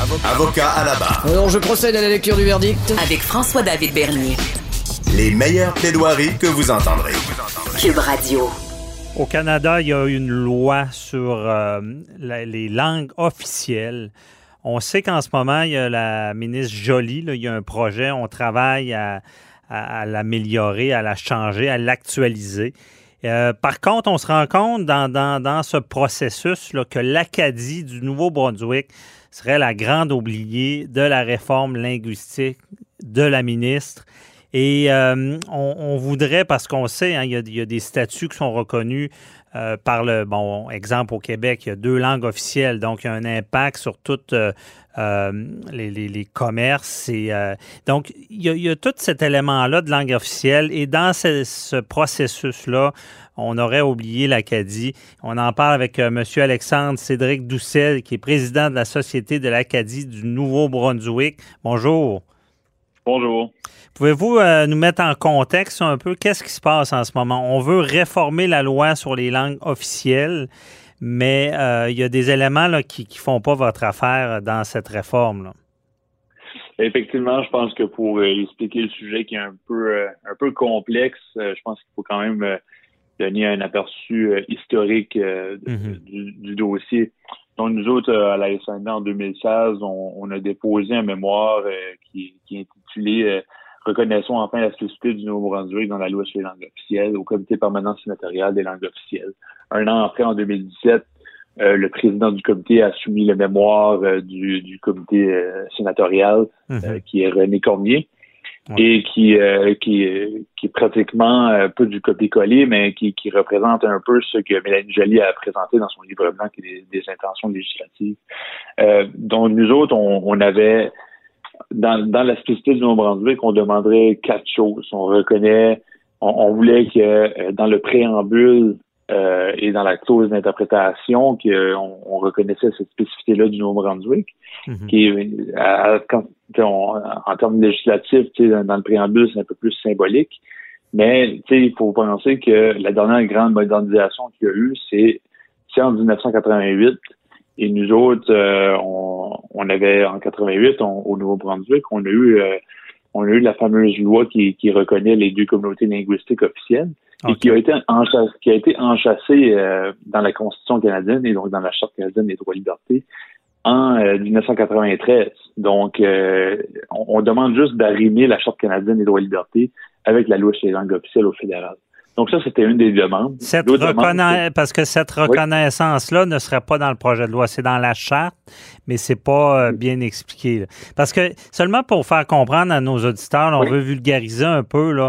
Avocat à la barre. Alors, je procède à la lecture du verdict. Avec François-David Bernier. Les meilleures plaidoiries que vous entendrez. Cube Radio. Au Canada, il y a une loi sur les langues officielles. On sait qu'en ce moment, il y a la ministre Joly, là, il y a un projet, on travaille à l'améliorer, à la changer, à l'actualiser. Par contre, on se rend compte dans ce processus là, que l'Acadie du Nouveau-Brunswick serait la grande oubliée de la réforme linguistique de la ministre. Et on voudrait, parce qu'on sait, hein, il y a des statuts qui sont reconnus par exemple au Québec, il y a 2 langues officielles, donc il y a un impact sur toutes les commerces. Donc, il y a tout cet élément-là de langue officielle. Et dans ce processus-là, on aurait oublié l'Acadie. On en parle avec M. Alexandre Cédric Doucet, qui est président de la Société de l'Acadie du Nouveau-Brunswick. Bonjour. Bonjour. Pouvez-vous nous mettre en contexte un peu qu'est-ce qui se passe en ce moment? On veut réformer la loi sur les langues officielles, mais il y a des éléments là, qui ne font pas votre affaire dans cette réforme, là. Effectivement, je pense que pour expliquer le sujet qui est un peu complexe, je pense qu'il faut quand même donner un aperçu historique du dossier. Donc, nous autres, à la SND en 2016, on a déposé un mémoire qui est intitulé Reconnaissons enfin la spécificité du Nouveau-Brunswick dans la loi sur les langues officielles au Comité permanent sénatorial des langues officielles. Un an après, en 2017, le président du comité a soumis le mémoire du comité sénatorial, qui est René Cormier, et qui est pratiquement pas du copier-coller, mais qui représente un peu ce que Mélanie Joly a présenté dans son livre blanc, qui est des intentions législatives. Donc, nous autres, on avait... Dans la spécificité du Nouveau-Brunswick, on demanderait 4 choses. On voulait que dans le préambule et dans la clause d'interprétation, qu'on reconnaissait cette spécificité-là du Nouveau-Brunswick, qui est, en termes législatifs, dans le préambule, c'est un peu plus symbolique. Mais il faut penser que la dernière grande modernisation qu'il y a eu, c'est en 1988. Et nous autres, on avait en 88 au Nouveau-Brunswick, on a eu la fameuse loi qui reconnaît les 2 communautés linguistiques officielles et qui a été enchâssée dans la Constitution canadienne et donc dans la Charte canadienne des droits et libertés en 1993. Donc, on demande juste d'arrimer la Charte canadienne des droits et libertés avec la loi sur les langues officielles au fédéral. Donc ça, c'était une des demandes. Parce que cette reconnaissance-là ne serait pas dans le projet de loi, c'est dans la charte, mais c'est pas bien expliqué, là. Parce que seulement pour faire comprendre à nos auditeurs, là, on veut vulgariser un peu, là.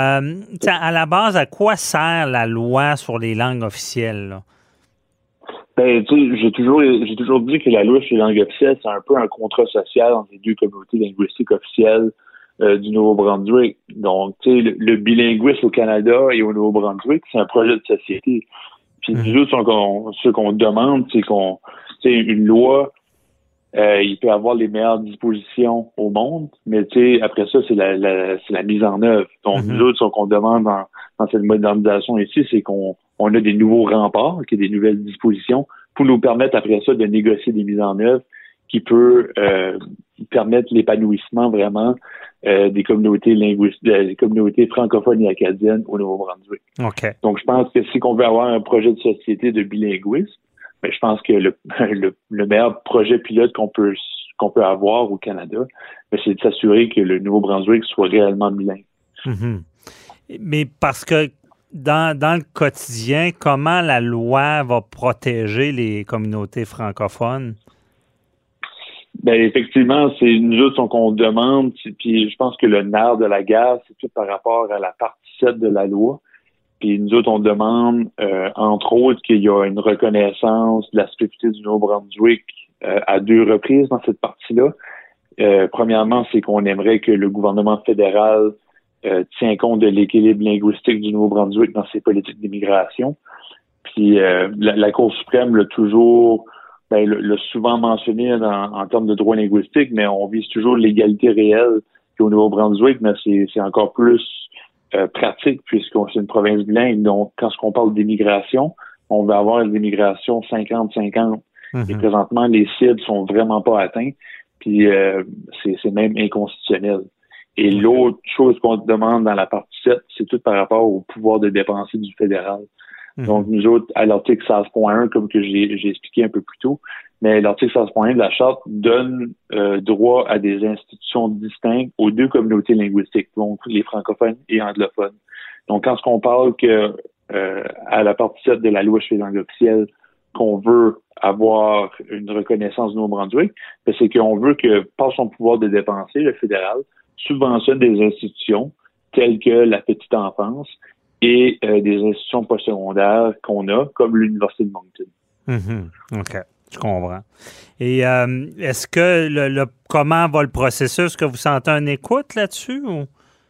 À la base, à quoi sert la loi sur les langues officielles, là? Ben, tu sais, j'ai toujours dit que la loi sur les langues officielles, c'est un peu un contrat social entre les 2 communautés linguistiques officielles du Nouveau-Brunswick. Donc, tu sais, le bilinguisme au Canada et au Nouveau-Brunswick, c'est un projet de société. Puis nous autres, ce qu'on demande, c'est une loi, il peut avoir les meilleures dispositions au monde, mais tu sais, après ça, c'est la mise en œuvre. Donc, nous autres, ce qu'on demande dans cette modernisation ici, c'est qu'on a des nouveaux remparts, qu'il y ait des nouvelles dispositions pour nous permettre après ça de négocier des mises en œuvre qui peut permettre l'épanouissement vraiment des communautés linguistiques, des communautés francophones et acadiennes au Nouveau-Brunswick. Okay. Donc, je pense que si on veut avoir un projet de société de bilinguisme, ben, je pense que le meilleur projet pilote qu'on peut avoir au Canada, ben, c'est de s'assurer que le Nouveau-Brunswick soit réellement bilingue. Mais parce que dans le quotidien, comment la loi va protéger les communautés francophones? Ben effectivement, c'est nous autres qu'on demande, puis je pense que le nerf de la guerre, c'est tout par rapport à la partie 7 de la loi. Puis nous autres, on demande, entre autres, qu'il y a une reconnaissance de la spécificité du Nouveau-Brunswick à 2 reprises dans cette partie-là. Premièrement, c'est qu'on aimerait que le gouvernement fédéral tient compte de l'équilibre linguistique du Nouveau-Brunswick dans ses politiques d'immigration. Puis la Cour suprême l'a toujours... l'a souvent mentionné en termes de droit linguistique, mais on vise toujours l'égalité réelle qu'au Nouveau-Brunswick, mais c'est encore plus pratique puisqu'on c'est une province bilingue. Donc, quand on parle d'immigration, on va avoir une immigration 50-50. Et présentement, les cibles sont vraiment pas atteintes, puis c'est même inconstitutionnel. Et l'autre chose qu'on demande dans la partie 7, c'est tout par rapport au pouvoir de dépenser du fédéral. Donc, nous autres, à l'article 16.1, comme que j'ai expliqué un peu plus tôt, mais l'article 16.1 de la Charte donne droit à des institutions distinctes aux deux communautés linguistiques, donc les francophones et anglophones. Donc, quand on parle que à la partie 7 de la loi sur les langues officielles, qu'on veut avoir une reconnaissance du Nouveau-Brunswick, ben, c'est qu'on veut que, par son pouvoir de dépenser, le fédéral subventionne des institutions telles que la petite enfance et des institutions postsecondaires qu'on a, comme l'Université de Moncton. OK, je comprends. Et est-ce que comment va le processus? Est-ce que vous sentez une écoute là-dessus? Ou?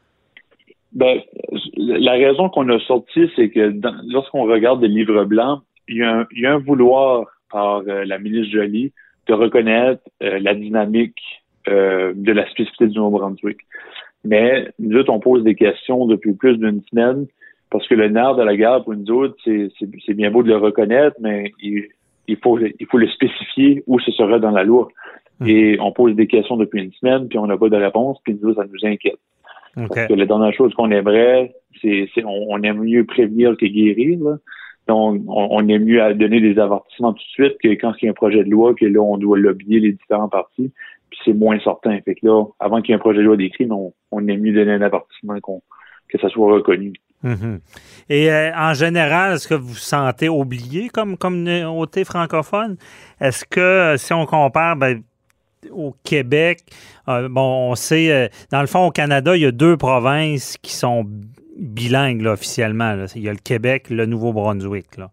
Ben, la raison qu'on a sorti, c'est que lorsqu'on regarde le livre blanc, il y a un vouloir par la ministre Joly de reconnaître la dynamique de la spécificité du Nouveau-Brunswick. Mais nous autres, on pose des questions depuis plus d'une semaine parce que le nerf de la guerre, pour nous autres, c'est bien beau de le reconnaître, mais il faut le spécifier où ce sera dans la loi. Et on pose des questions depuis une semaine, puis on n'a pas de réponse, puis nous autres, ça nous inquiète. Okay. Parce que la dernière chose qu'on aimerait, on aime mieux prévenir que guérir, là. Donc, on aime mieux donner des avertissements tout de suite que quand il y a un projet de loi, que là, on doit lobbyer les différents partis, puis c'est moins certain. Fait que là, avant qu'il y ait un projet de loi d'écrit, on aime mieux donner un avertissement que ça soit reconnu. Et en général, est-ce que vous vous sentez oublié comme communauté francophone? Est-ce que, si on compare au Québec, on sait, dans le fond, au Canada, il y a 2 provinces qui sont bilingues là, officiellement. Là. Il y a le Québec, le Nouveau-Brunswick. Là.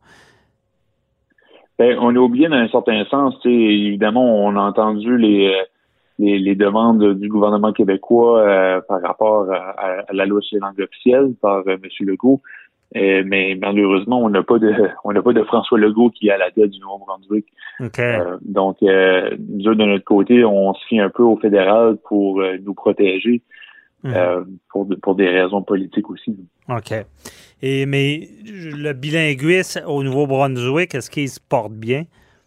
Ben, on est oublié dans un certain sens. Évidemment, on a entendu les demandes du gouvernement québécois par rapport à la loi sur les langues officielles par M. Legault. Mais malheureusement, on n'a pas de François Legault qui est à la tête du Nouveau-Brunswick. Okay. Donc, nous autres, de notre côté, on se fie un peu au fédéral pour nous protéger. Pour des raisons politiques aussi. OK. Mais le bilinguisme au Nouveau-Brunswick, est-ce qu'il se porte bien?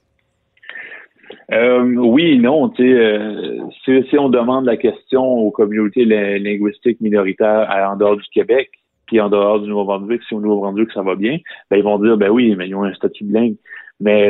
Oui et non. Si on demande la question aux communautés linguistiques minoritaires en dehors du Québec, puis en dehors du Nouveau-Brunswick, si au Nouveau-Brunswick ça va bien, ben ils vont dire oui, mais ils ont un statut bilingue. Mais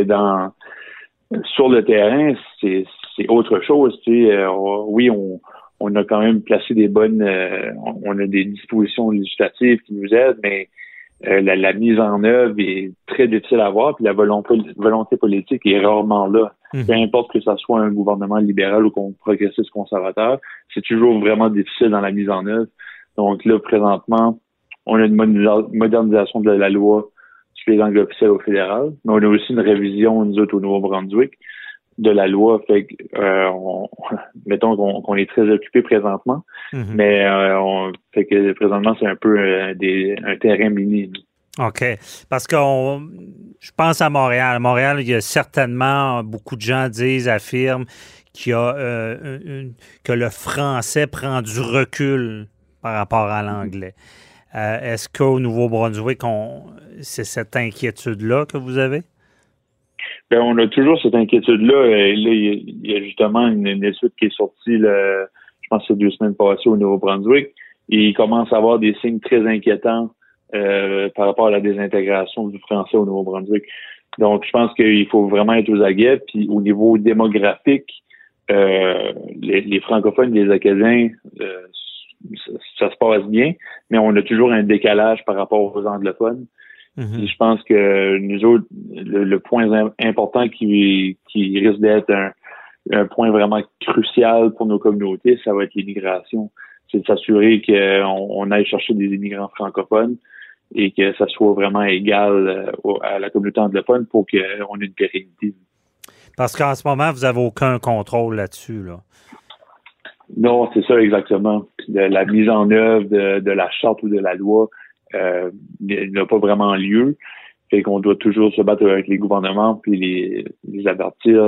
sur le terrain, c'est autre chose. Oui, on a quand même placé on a des dispositions législatives qui nous aident, mais la mise en œuvre est très difficile à voir, puis la volonté politique est rarement là. Peu importe que ça soit un gouvernement libéral ou progressiste conservateur, c'est toujours vraiment difficile dans la mise en œuvre. Donc là, présentement, on a une modernisation de la loi sur les langues officielles au fédéral, mais on a aussi une révision, nous autres, au Nouveau-Brunswick, de la loi. Fait que, mettons qu'on est très occupé présentement, mais fait que présentement, c'est un peu un terrain mini. OK. Parce que je pense à Montréal. À Montréal, il y a certainement, beaucoup de gens affirment qu'il y a que le français prend du recul par rapport à l'anglais. Est-ce qu'au Nouveau-Brunswick, c'est cette inquiétude-là que vous avez? Ben, on a toujours cette inquiétude-là. Et là, il y a justement une étude qui est sortie, je pense que c'est 2 semaines passées au Nouveau-Brunswick, et il commence à avoir des signes très inquiétants par rapport à la désintégration du français au Nouveau-Brunswick. Donc, je pense qu'il faut vraiment être aux aguets. Puis, au niveau démographique, les francophones, les Acadiens, ça se passe bien, mais on a toujours un décalage par rapport aux anglophones. Et je pense que nous autres, le point important qui risque d'être un point vraiment crucial pour nos communautés, ça va être l'immigration. C'est de s'assurer qu'on aille chercher des immigrants francophones et que ça soit vraiment égal à la communauté anglophone pour qu'on ait une pérennité. Parce qu'en ce moment, vous n'avez aucun contrôle là-dessus, là. Non, c'est ça exactement. La mise en œuvre de la charte ou de la loi n'a pas vraiment lieu. Fait qu'on doit toujours se battre avec les gouvernements puis les avertir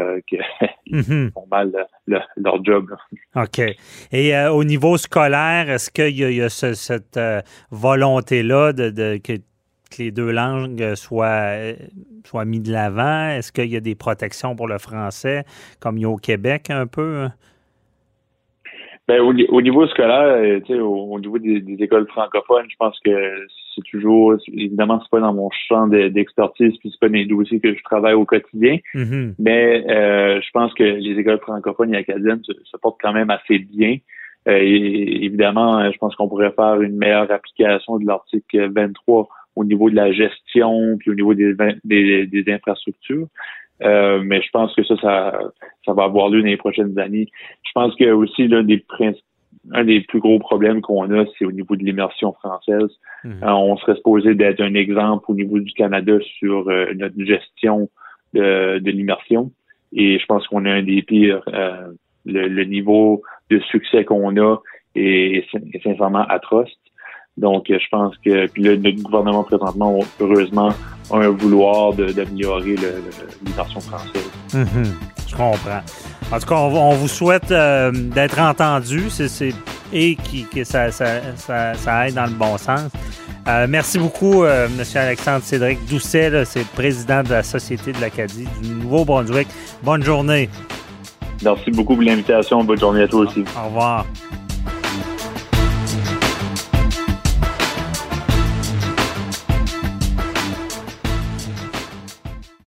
qu'ils font mal leur job. Là. OK. Et au niveau scolaire, est-ce qu'il y a cette volonté-là que les deux langues soient mises de l'avant? Est-ce qu'il y a des protections pour le français, comme il y a au Québec un peu? Ben, au niveau scolaire, au niveau des écoles francophones, je pense que c'est toujours, évidemment, c'est pas dans mon champ d'expertise, puis c'est pas des dossiers que je travaille au quotidien, mais je pense que les écoles francophones et acadiennes se portent quand même assez bien. Et évidemment, je pense qu'on pourrait faire une meilleure application de l'article 23 au niveau de la gestion puis au niveau des infrastructures. Mais je pense que ça va avoir lieu dans les prochaines années. Je pense que aussi un des plus gros problèmes qu'on a, c'est au niveau de l'immersion française. On serait supposé d'être un exemple au niveau du Canada sur notre gestion de l'immersion. Et je pense qu'on a un des pires. Le niveau de succès qu'on a est sincèrement atroce. Donc, je pense que puis là, notre gouvernement présentement, heureusement, a un vouloir d'améliorer l'immersion française. Je comprends. En tout cas, on vous souhaite d'être entendu et que ça aille dans le bon sens. Merci beaucoup, M. Alexandre Cédric Doucet, là, c'est le président de la Société de l'Acadie du Nouveau-Brunswick. Bonne journée. Merci beaucoup pour l'invitation. Bonne journée à toi aussi. Au revoir.